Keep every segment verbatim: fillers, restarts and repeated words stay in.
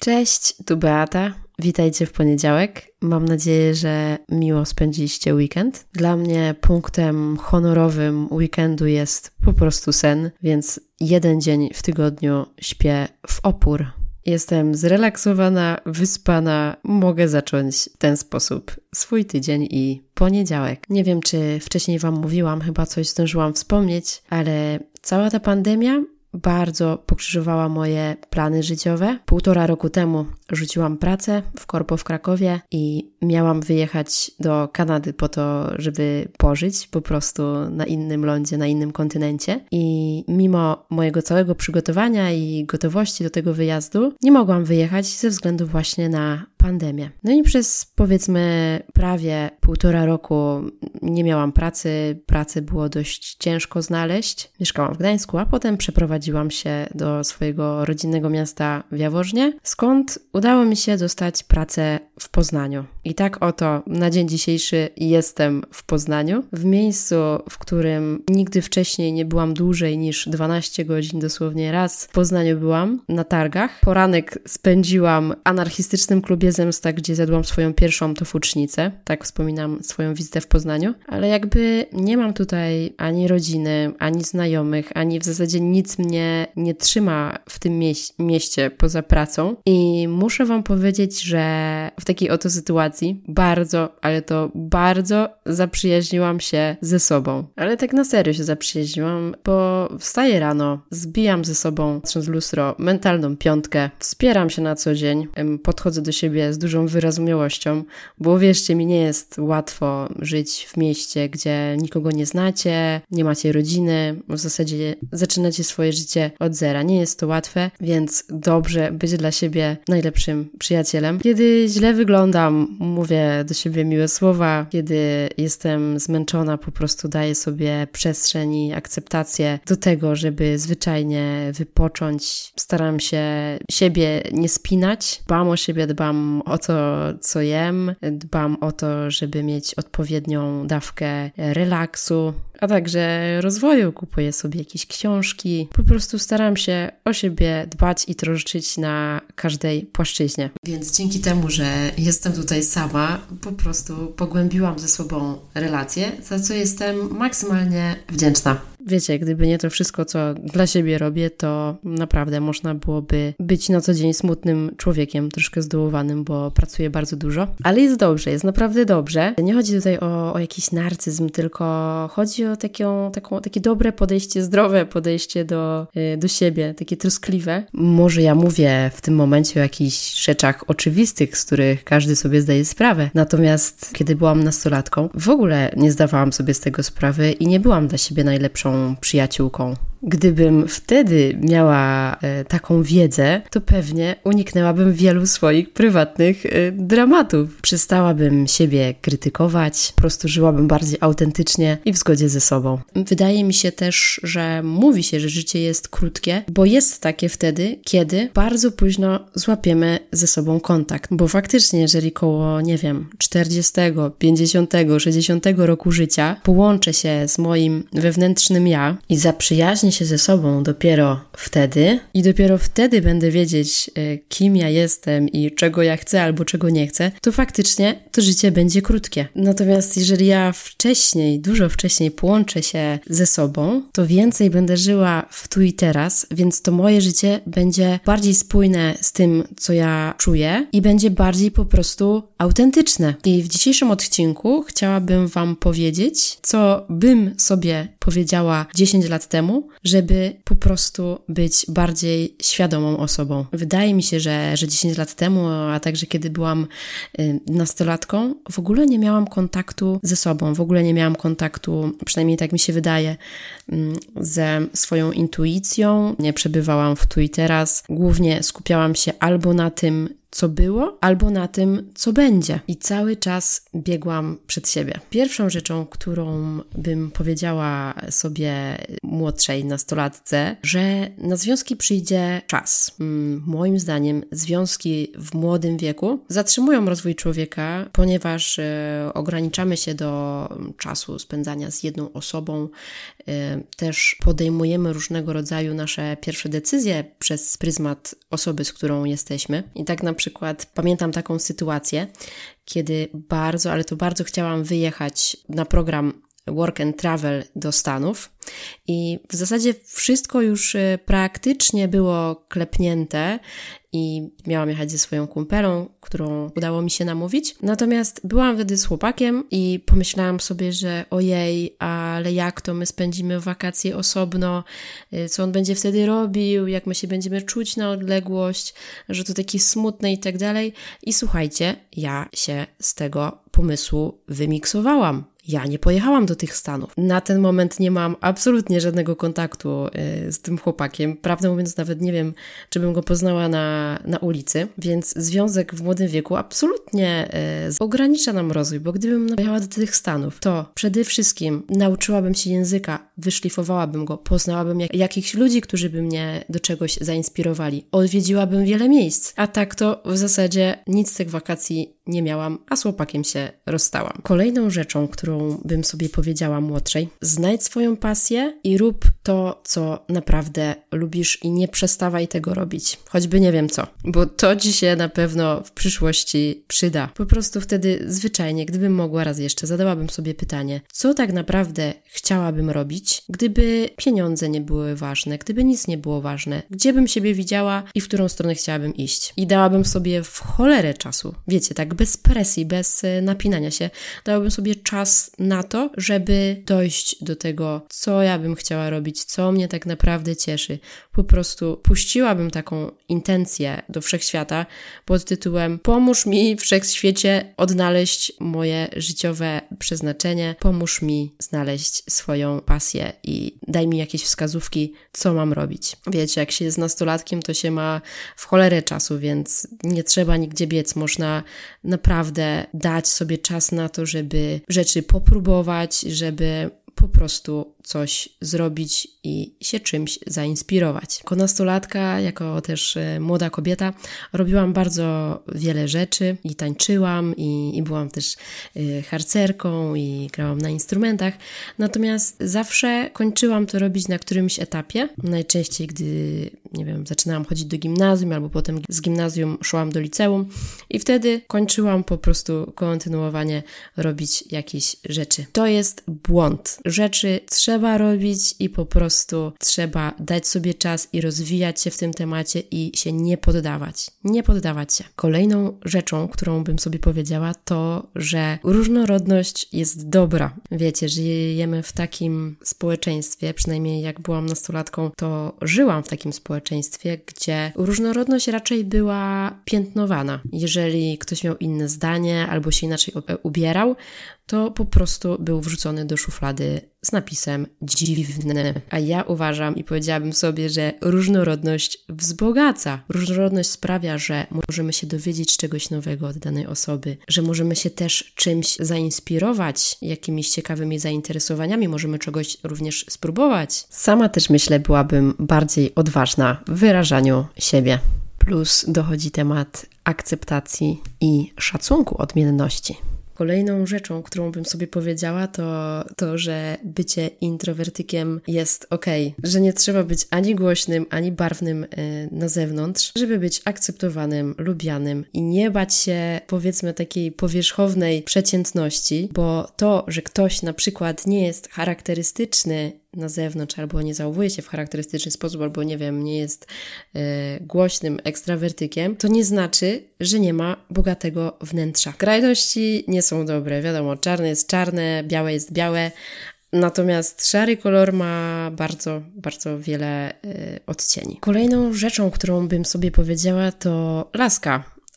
Cześć, tu Beata. Witajcie w poniedziałek. Mam nadzieję, że miło spędziliście weekend. Dla mnie punktem honorowym weekendu jest po prostu sen, więc jeden dzień w tygodniu śpię w opór. Jestem zrelaksowana, wyspana, mogę zacząć w ten sposób swój tydzień i poniedziałek. Nie wiem, czy wcześniej Wam mówiłam, chyba coś zdążyłam wspomnieć, ale cała ta pandemia bardzo pokrzyżowała moje plany życiowe. Półtora roku temu rzuciłam pracę w korpo w Krakowie i miałam wyjechać do Kanady po to, żeby pożyć po prostu na innym lądzie, na innym kontynencie. I mimo mojego całego przygotowania i gotowości do tego wyjazdu nie mogłam wyjechać ze względu właśnie na pandemię. No i przez powiedzmy prawie półtora roku nie miałam pracy. Pracy było dość ciężko znaleźć. Mieszkałam w Gdańsku, a potem przeprowadziłam się do swojego rodzinnego miasta w Jaworznie, skąd udało mi się dostać pracę w Poznaniu. I tak oto na dzień dzisiejszy jestem w Poznaniu, w miejscu, w którym nigdy wcześniej nie byłam dłużej niż dwanaście godzin, dosłownie raz w Poznaniu byłam na targach. Poranek spędziłam w anarchistycznym klubie Zemsta, gdzie zjadłam swoją pierwszą tofucznicę. Tak wspominam swoją wizytę w Poznaniu. Ale jakby nie mam tutaj ani rodziny, ani znajomych, ani w zasadzie nic mnie nie trzyma w tym mieś- mieście poza pracą. I muszę Wam powiedzieć, że w takiej oto sytuacji bardzo, ale to bardzo zaprzyjaźniłam się ze sobą. Ale tak na serio się zaprzyjaźniłam, bo wstaję rano, zbijam ze sobą, patrząc w lustro, mentalną piątkę, wspieram się na co dzień, podchodzę do siebie z dużą wyrozumiałością, bo wierzcie mi, nie jest łatwo żyć w mieście, gdzie nikogo nie znacie, nie macie rodziny, w zasadzie zaczynacie swoje życie od zera. Nie jest to łatwe, więc dobrze być dla siebie najlepszym przyjacielem. Kiedy źle wyglądam, mówię do siebie miłe słowa. Kiedy jestem zmęczona, po prostu daję sobie przestrzeń i akceptację do tego, żeby zwyczajnie wypocząć. Staram się siebie nie spinać. Dbam o siebie, dbam o to, co jem. Dbam o to, żeby mieć odpowiednią dawkę relaksu, a także rozwoju. Kupuję sobie jakieś książki. Po prostu staram się o siebie dbać i troszczyć na każdej płaszczyźnie. Więc dzięki temu, że jestem tutaj sama, po prostu pogłębiłam ze sobą relacje, za co jestem maksymalnie wdzięczna. Wiecie, gdyby nie to wszystko, co dla siebie robię, to naprawdę można byłoby być na co dzień smutnym człowiekiem, troszkę zdołowanym, bo pracuję bardzo dużo. Ale jest dobrze, jest naprawdę dobrze. Nie chodzi tutaj o, o jakiś narcyzm, tylko chodzi o taką, taką, takie dobre podejście, zdrowe podejście do, do siebie, takie troskliwe. Może ja mówię w tym momencie o jakichś rzeczach oczywistych, z których każdy sobie zdaje sprawę. Natomiast kiedy byłam nastolatką, w ogóle nie zdawałam sobie z tego sprawy i nie byłam dla siebie najlepszą przyjaciółką. Gdybym wtedy miała e, taką wiedzę, to pewnie uniknęłabym wielu swoich prywatnych e, dramatów. Przestałabym siebie krytykować, po prostu żyłabym bardziej autentycznie i w zgodzie ze sobą. Wydaje mi się też, że mówi się, że życie jest krótkie, bo jest takie wtedy, kiedy bardzo późno złapiemy ze sobą kontakt. Bo faktycznie, jeżeli koło, nie wiem, czterdziestego, pięćdziesiątego, sześćdziesiątego roku życia połączę się z moim wewnętrznym ja i zaprzyjaźnię się ze sobą dopiero wtedy i dopiero wtedy będę wiedzieć, kim ja jestem i czego ja chcę albo czego nie chcę, to faktycznie to życie będzie krótkie. Natomiast jeżeli ja wcześniej, dużo wcześniej połączę się ze sobą, to więcej będę żyła w tu i teraz, więc to moje życie będzie bardziej spójne z tym, co ja czuję i będzie bardziej po prostu autentyczne. I w dzisiejszym odcinku chciałabym Wam powiedzieć, co bym sobie powiedziała dziesięć lat temu, żeby po prostu być bardziej świadomą osobą. Wydaje mi się, że, że dziesięć lat temu, a także kiedy byłam y, nastolatką, w ogóle nie miałam kontaktu ze sobą, w ogóle nie miałam kontaktu, przynajmniej tak mi się wydaje, y, ze swoją intuicją. Nie przebywałam w tu i teraz. Głównie skupiałam się albo na tym, co było, albo na tym, co będzie. I cały czas biegłam przed siebie. Pierwszą rzeczą, którą bym powiedziała sobie młodszej nastolatce, że na związki przyjdzie czas. Moim zdaniem związki w młodym wieku zatrzymują rozwój człowieka, ponieważ e, ograniczamy się do czasu spędzania z jedną osobą. E, też podejmujemy różnego rodzaju nasze pierwsze decyzje przez pryzmat osoby, z którą jesteśmy. I tak na przykład pamiętam taką sytuację, kiedy bardzo, ale to bardzo chciałam wyjechać na program Work and Travel do Stanów i w zasadzie wszystko już praktycznie było klepnięte i miałam jechać ze swoją kumpelą, którą udało mi się namówić. Natomiast byłam wtedy z chłopakiem i pomyślałam sobie, że ojej, ale jak to my spędzimy wakacje osobno, co on będzie wtedy robił, jak my się będziemy czuć na odległość, że to takie smutne i tak dalej. I słuchajcie, ja się z tego pomysłu wymiksowałam. Ja nie pojechałam do tych Stanów. Na ten moment nie mam absolutnie żadnego kontaktu y, z tym chłopakiem. Prawdę mówiąc, nawet nie wiem, czy bym go poznała na, na ulicy. Więc związek w młodym wieku absolutnie y, ogranicza nam rozwój, bo gdybym pojechała do tych Stanów, to przede wszystkim nauczyłabym się języka, wyszlifowałabym go, poznałabym jak, jakichś ludzi, którzy by mnie do czegoś zainspirowali. Odwiedziłabym wiele miejsc. A tak to w zasadzie nic z tych wakacji nie miałam, a z chłopakiem się rozstałam. Kolejną rzeczą, którą bym sobie powiedziała młodszej, znajdź swoją pasję i rób to, co naprawdę lubisz i nie przestawaj tego robić. Choćby nie wiem co, bo to ci się na pewno w przyszłości przyda. Po prostu wtedy zwyczajnie, gdybym mogła raz jeszcze, zadałabym sobie pytanie, co tak naprawdę chciałabym robić, gdyby pieniądze nie były ważne, gdyby nic nie było ważne, gdzie bym siebie widziała i w którą stronę chciałabym iść. I dałabym sobie w cholerę czasu, wiecie, tak bez presji, bez napinania się, dałabym sobie czas na to, żeby dojść do tego, co ja bym chciała robić, co mnie tak naprawdę cieszy. Po prostu puściłabym taką intencję do wszechświata pod tytułem pomóż mi wszechświecie odnaleźć moje życiowe przeznaczenie, pomóż mi znaleźć swoją pasję i daj mi jakieś wskazówki, co mam robić. Wiecie, jak się jest nastolatkiem, to się ma w cholerę czasu, więc nie trzeba nigdzie biec, można naprawdę dać sobie czas na to, żeby rzeczy popróbować, żeby po prostu coś zrobić i się czymś zainspirować. Jako nastolatka, jako też młoda kobieta robiłam bardzo wiele rzeczy i tańczyłam i, i byłam też y, harcerką i grałam na instrumentach, natomiast zawsze kończyłam to robić na którymś etapie, najczęściej gdy, nie wiem, zaczynałam chodzić do gimnazjum albo potem z gimnazjum szłam do liceum i wtedy kończyłam po prostu kontynuowanie robić jakieś rzeczy. To jest błąd. Rzeczy trzeba robić i po prostu trzeba dać sobie czas i rozwijać się w tym temacie i się nie poddawać. Nie poddawać się. Kolejną rzeczą, którą bym sobie powiedziała, to, że różnorodność jest dobra. Wiecie, żyjemy w takim społeczeństwie, przynajmniej jak byłam nastolatką, to żyłam w takim społeczeństwie, gdzie różnorodność raczej była piętnowana. Jeżeli ktoś miał inne zdanie albo się inaczej ubierał, to po prostu był wrzucony do szuflady z napisem dziwny. A ja uważam i powiedziałabym sobie, że różnorodność wzbogaca. Różnorodność sprawia, że możemy się dowiedzieć czegoś nowego od danej osoby, że możemy się też czymś zainspirować, jakimiś ciekawymi zainteresowaniami, możemy czegoś również spróbować. Sama też myślę, byłabym bardziej odważna w wyrażaniu siebie. Plus dochodzi temat akceptacji i szacunku odmienności. Kolejną rzeczą, którą bym sobie powiedziała, to to, że bycie introwertykiem jest okej, że nie trzeba być ani głośnym, ani barwnym yy, na zewnątrz, żeby być akceptowanym, lubianym i nie bać się, powiedzmy, takiej powierzchownej przeciętności, bo to, że ktoś na przykład nie jest charakterystyczny na zewnątrz, albo nie zachowuje się w charakterystyczny sposób, albo nie wiem, nie jest yy, głośnym ekstrawertykiem, to nie znaczy, że nie ma bogatego wnętrza. Skrajności nie są dobre, wiadomo, czarne jest czarne, białe jest białe, natomiast szary kolor ma bardzo, bardzo wiele yy, odcieni. Kolejną rzeczą, którą bym sobie powiedziała, to laska.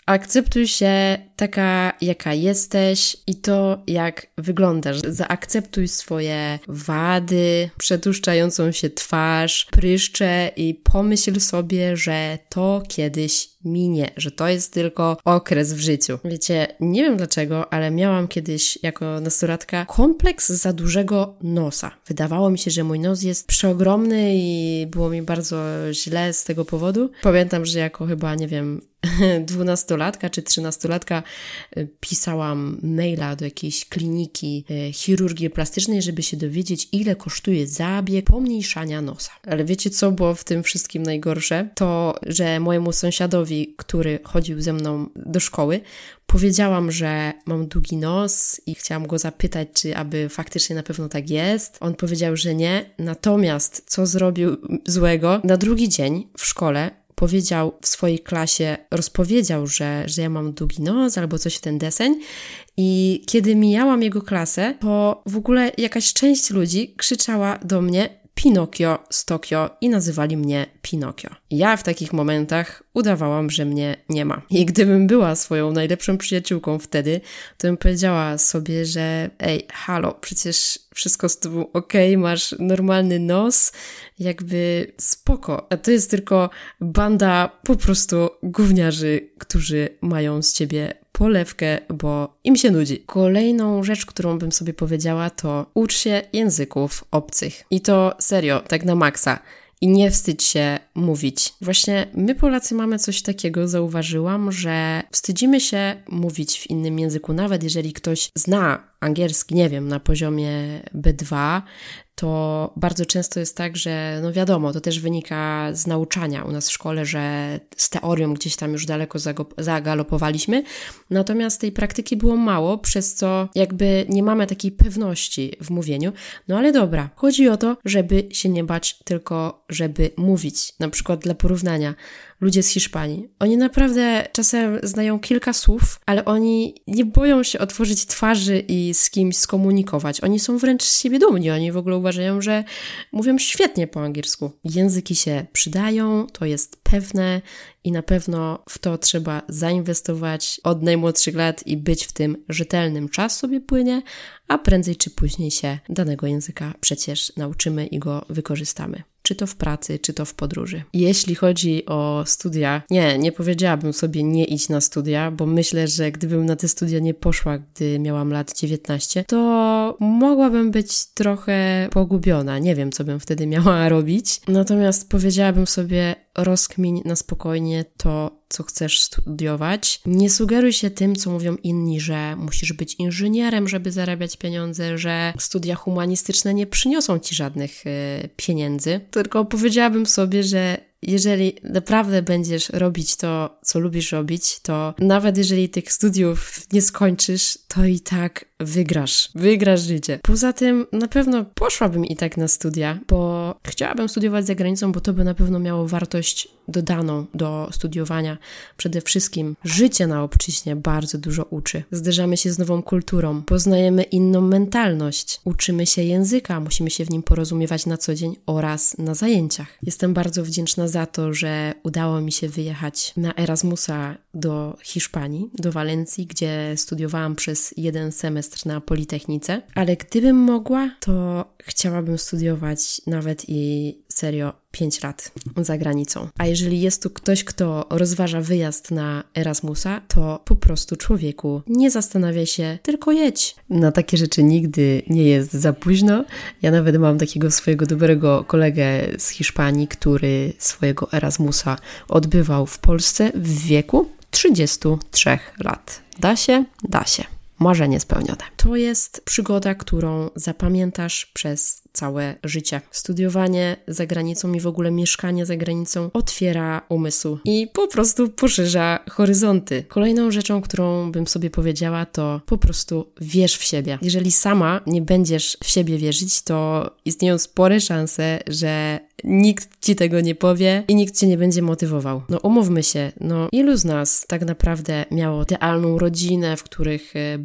Akceptuj się taka, jaka jesteś i to, jak wyglądasz. Zaakceptuj swoje wady, przetłuszczającą się twarz, pryszcze i pomyśl sobie, że to kiedyś minie, że to jest tylko okres w życiu. Wiecie, nie wiem dlaczego, ale miałam kiedyś jako nastolatka kompleks za dużego nosa. Wydawało mi się, że mój nos jest przeogromny i było mi bardzo źle z tego powodu. Pamiętam, że jako chyba, nie wiem, dwunastolatka czy trzynastolatka pisałam maila do jakiejś kliniki chirurgii plastycznej, żeby się dowiedzieć, ile kosztuje zabieg pomniejszania nosa. Ale wiecie, co było w tym wszystkim najgorsze? To, że mojemu sąsiadowi, który chodził ze mną do szkoły, powiedziałam, że mam długi nos i chciałam go zapytać, czy aby faktycznie na pewno tak jest. On powiedział, że nie. Natomiast co zrobił złego? Na drugi dzień w szkole powiedział w swojej klasie, rozpowiedział, że, że ja mam długi nos albo coś w ten deseń i kiedy mijałam jego klasę, to w ogóle jakaś część ludzi krzyczała do mnie Pinokio z Tokio i nazywali mnie Pinokio. Ja w takich momentach udawałam, że mnie nie ma. I gdybym była swoją najlepszą przyjaciółką wtedy, to bym powiedziała sobie, że ej, halo, przecież wszystko z tobą okej, masz normalny nos, jakby spoko. A to jest tylko banda po prostu gówniarzy, którzy mają z ciebie polewkę, bo im się nudzi. Kolejną rzecz, którą bym sobie powiedziała, to ucz się języków obcych. I to serio, tak na maksa. I nie wstydź się mówić. Właśnie my Polacy mamy coś takiego, zauważyłam, że wstydzimy się mówić w innym języku, nawet jeżeli ktoś zna angielski, nie wiem, na poziomie B dwa, to bardzo często jest tak, że no wiadomo, to też wynika z nauczania u nas w szkole, że z teorią gdzieś tam już daleko zagalopowaliśmy, natomiast tej praktyki było mało, przez co jakby nie mamy takiej pewności w mówieniu. No ale dobra, chodzi o to, żeby się nie bać, tylko żeby mówić. Na przykład dla porównania, ludzie z Hiszpanii. Oni naprawdę czasem znają kilka słów, ale oni nie boją się otworzyć twarzy i z kimś skomunikować. Oni są wręcz z siebie dumni. Oni w ogóle uważają, że mówią świetnie po angielsku. Języki się przydają, to jest pewne i na pewno w to trzeba zainwestować od najmłodszych lat i być w tym rzetelnym. Czas sobie płynie, a prędzej czy później się danego języka przecież nauczymy i go wykorzystamy. Czy to w pracy, czy to w podróży. Jeśli chodzi o studia, nie, nie powiedziałabym sobie nie idź na studia, bo myślę, że gdybym na te studia nie poszła, gdy miałam lat dziewiętnaście, to mogłabym być trochę pogubiona. Nie wiem, co bym wtedy miała robić. Natomiast powiedziałabym sobie, rozkmiń na spokojnie to, co chcesz studiować. Nie sugeruj się tym, co mówią inni, że musisz być inżynierem, żeby zarabiać pieniądze, że studia humanistyczne nie przyniosą ci żadnych y, pieniędzy. Tylko powiedziałabym sobie, że jeżeli naprawdę będziesz robić to, co lubisz robić, to nawet jeżeli tych studiów nie skończysz, to i tak wygrasz. Wygrasz życie. Poza tym na pewno poszłabym i tak na studia, bo chciałabym studiować za granicą, bo to by na pewno miało wartość dodaną do studiowania. Przede wszystkim życie na obczyźnie bardzo dużo uczy. Zderzamy się z nową kulturą, poznajemy inną mentalność, uczymy się języka, musimy się w nim porozumiewać na co dzień oraz na zajęciach. Jestem bardzo wdzięczna za to, że udało mi się wyjechać na Erasmusa do Hiszpanii, do Walencji, gdzie studiowałam przez jeden semestr na Politechnice, ale gdybym mogła, to chciałabym studiować nawet i serio pięć lat za granicą. A jeżeli jest tu ktoś, kto rozważa wyjazd na Erasmusa, to po prostu człowieku, nie zastanawiaj się, tylko jedź. Na takie rzeczy nigdy nie jest za późno. Ja nawet mam takiego swojego dobrego kolegę z Hiszpanii, który swojego Erasmusa odbywał w Polsce w wieku trzydziestu trzech lat. Da się? Da się. Marzenie spełnione. To jest przygoda, którą zapamiętasz przez całe życie. Studiowanie za granicą i w ogóle mieszkanie za granicą otwiera umysł i po prostu poszerza horyzonty. Kolejną rzeczą, którą bym sobie powiedziała, to po prostu wierz w siebie. Jeżeli sama nie będziesz w siebie wierzyć, to istnieją spore szanse, że nikt ci tego nie powie i nikt cię nie będzie motywował. No umówmy się, no ilu z nas tak naprawdę miało idealną rodzinę, w których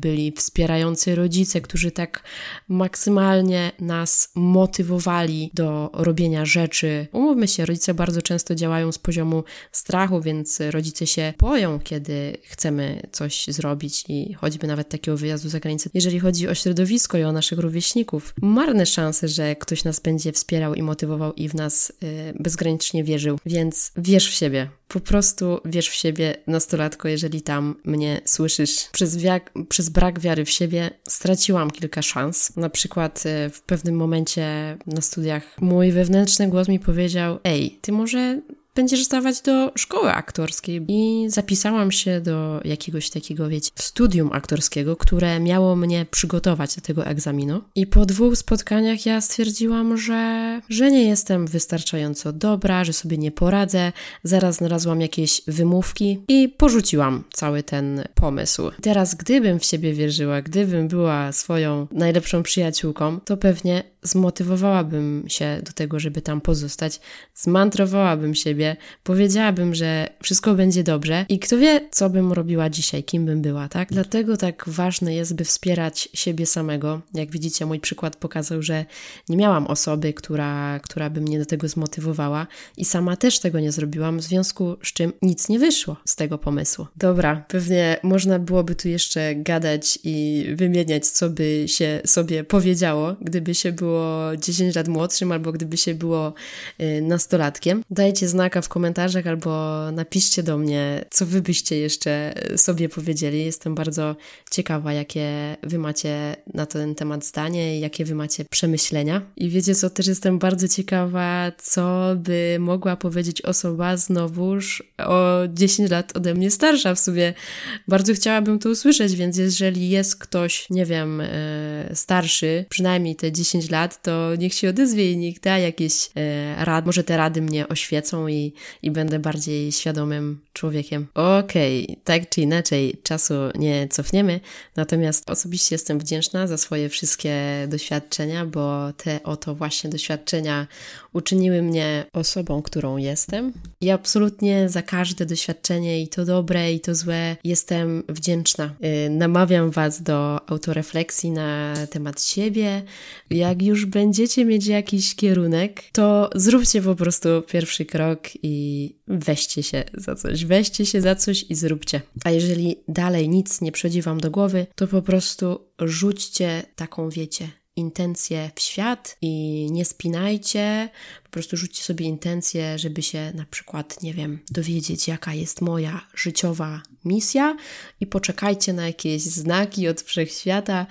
byli wspierający rodzice, którzy tak maksymalnie nas motywowali do robienia rzeczy. Umówmy się, rodzice bardzo często działają z poziomu strachu, więc rodzice się boją, kiedy chcemy coś zrobić i choćby nawet takiego wyjazdu za granicę. Jeżeli chodzi o środowisko i o naszych rówieśników, marne szanse, że ktoś nas będzie wspierał i motywował i w nas yy, bezgranicznie wierzył. Więc wierz w siebie. Po prostu wierz w siebie, nastolatko, jeżeli tam mnie słyszysz. Przez, wiak, przez brak wiary w siebie straciłam kilka szans. Na przykład yy, w pewnym momencie na studiach mój wewnętrzny głos mi powiedział: ej, ty może będziesz zdawać do szkoły aktorskiej. I zapisałam się do jakiegoś takiego, wiecie, studium aktorskiego, które miało mnie przygotować do tego egzaminu. I po dwóch spotkaniach ja stwierdziłam, że, że nie jestem wystarczająco dobra, że sobie nie poradzę. Zaraz znalazłam jakieś wymówki i porzuciłam cały ten pomysł. Teraz, gdybym w siebie wierzyła, gdybym była swoją najlepszą przyjaciółką, to pewnie zmotywowałabym się do tego, żeby tam pozostać, zmantrowałabym siebie, powiedziałabym, że wszystko będzie dobrze i kto wie, co bym robiła dzisiaj, kim bym była, tak? Dlatego tak ważne jest, by wspierać siebie samego. Jak widzicie, mój przykład pokazał, że nie miałam osoby, która, która by mnie do tego zmotywowała i sama też tego nie zrobiłam, w związku z czym nic nie wyszło z tego pomysłu. Dobra, pewnie można byłoby tu jeszcze gadać i wymieniać, co by się sobie powiedziało, gdyby się było dziesięć lat młodszym, albo gdyby się było y, nastolatkiem. Dajcie znaka w komentarzach albo napiszcie do mnie, co wy byście jeszcze sobie powiedzieli. Jestem bardzo ciekawa, jakie wy macie na ten temat zdanie i jakie wy macie przemyślenia. I wiecie co, też jestem bardzo ciekawa, co by mogła powiedzieć osoba znowuż o dziesięć lat ode mnie starsza. W sumie bardzo chciałabym to usłyszeć, więc jeżeli jest ktoś, nie wiem, y, starszy, przynajmniej te dziesięć lat, to niech się odezwie i niech da jakieś e, rady. Może te rady mnie oświecą i, i będę bardziej świadomym człowiekiem. Okej, okay, tak czy inaczej czasu nie cofniemy, natomiast osobiście jestem wdzięczna za swoje wszystkie doświadczenia, bo te oto właśnie doświadczenia uczyniły mnie osobą, którą jestem i absolutnie za każde doświadczenie i to dobre i to złe jestem wdzięczna. E, namawiam was do autorefleksji na temat siebie. Jak już będziecie mieć jakiś kierunek, to zróbcie po prostu pierwszy krok i weźcie się za coś. Weźcie się za coś i zróbcie. A jeżeli dalej nic nie przychodzi wam do głowy, to po prostu rzućcie taką, wiecie, intencję w świat i nie spinajcie. Po prostu rzućcie sobie intencję, żeby się na przykład, nie wiem, dowiedzieć, jaka jest moja życiowa misja i poczekajcie na jakieś znaki od wszechświata.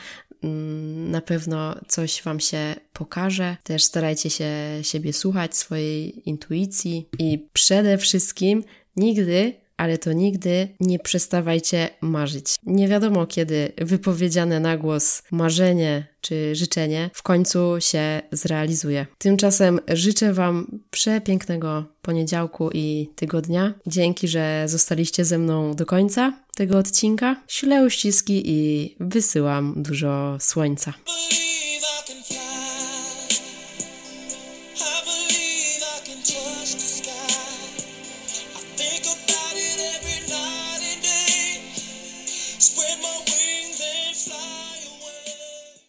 Na pewno coś wam się pokaże. Też starajcie się siebie słuchać, swojej intuicji i przede wszystkim nigdy, ale to nigdy nie przestawajcie marzyć. Nie wiadomo, kiedy wypowiedziane na głos marzenie czy życzenie w końcu się zrealizuje. Tymczasem życzę wam przepięknego poniedziałku i tygodnia. Dzięki, że zostaliście ze mną do końca tego odcinka. Ślę uściski i wysyłam dużo słońca.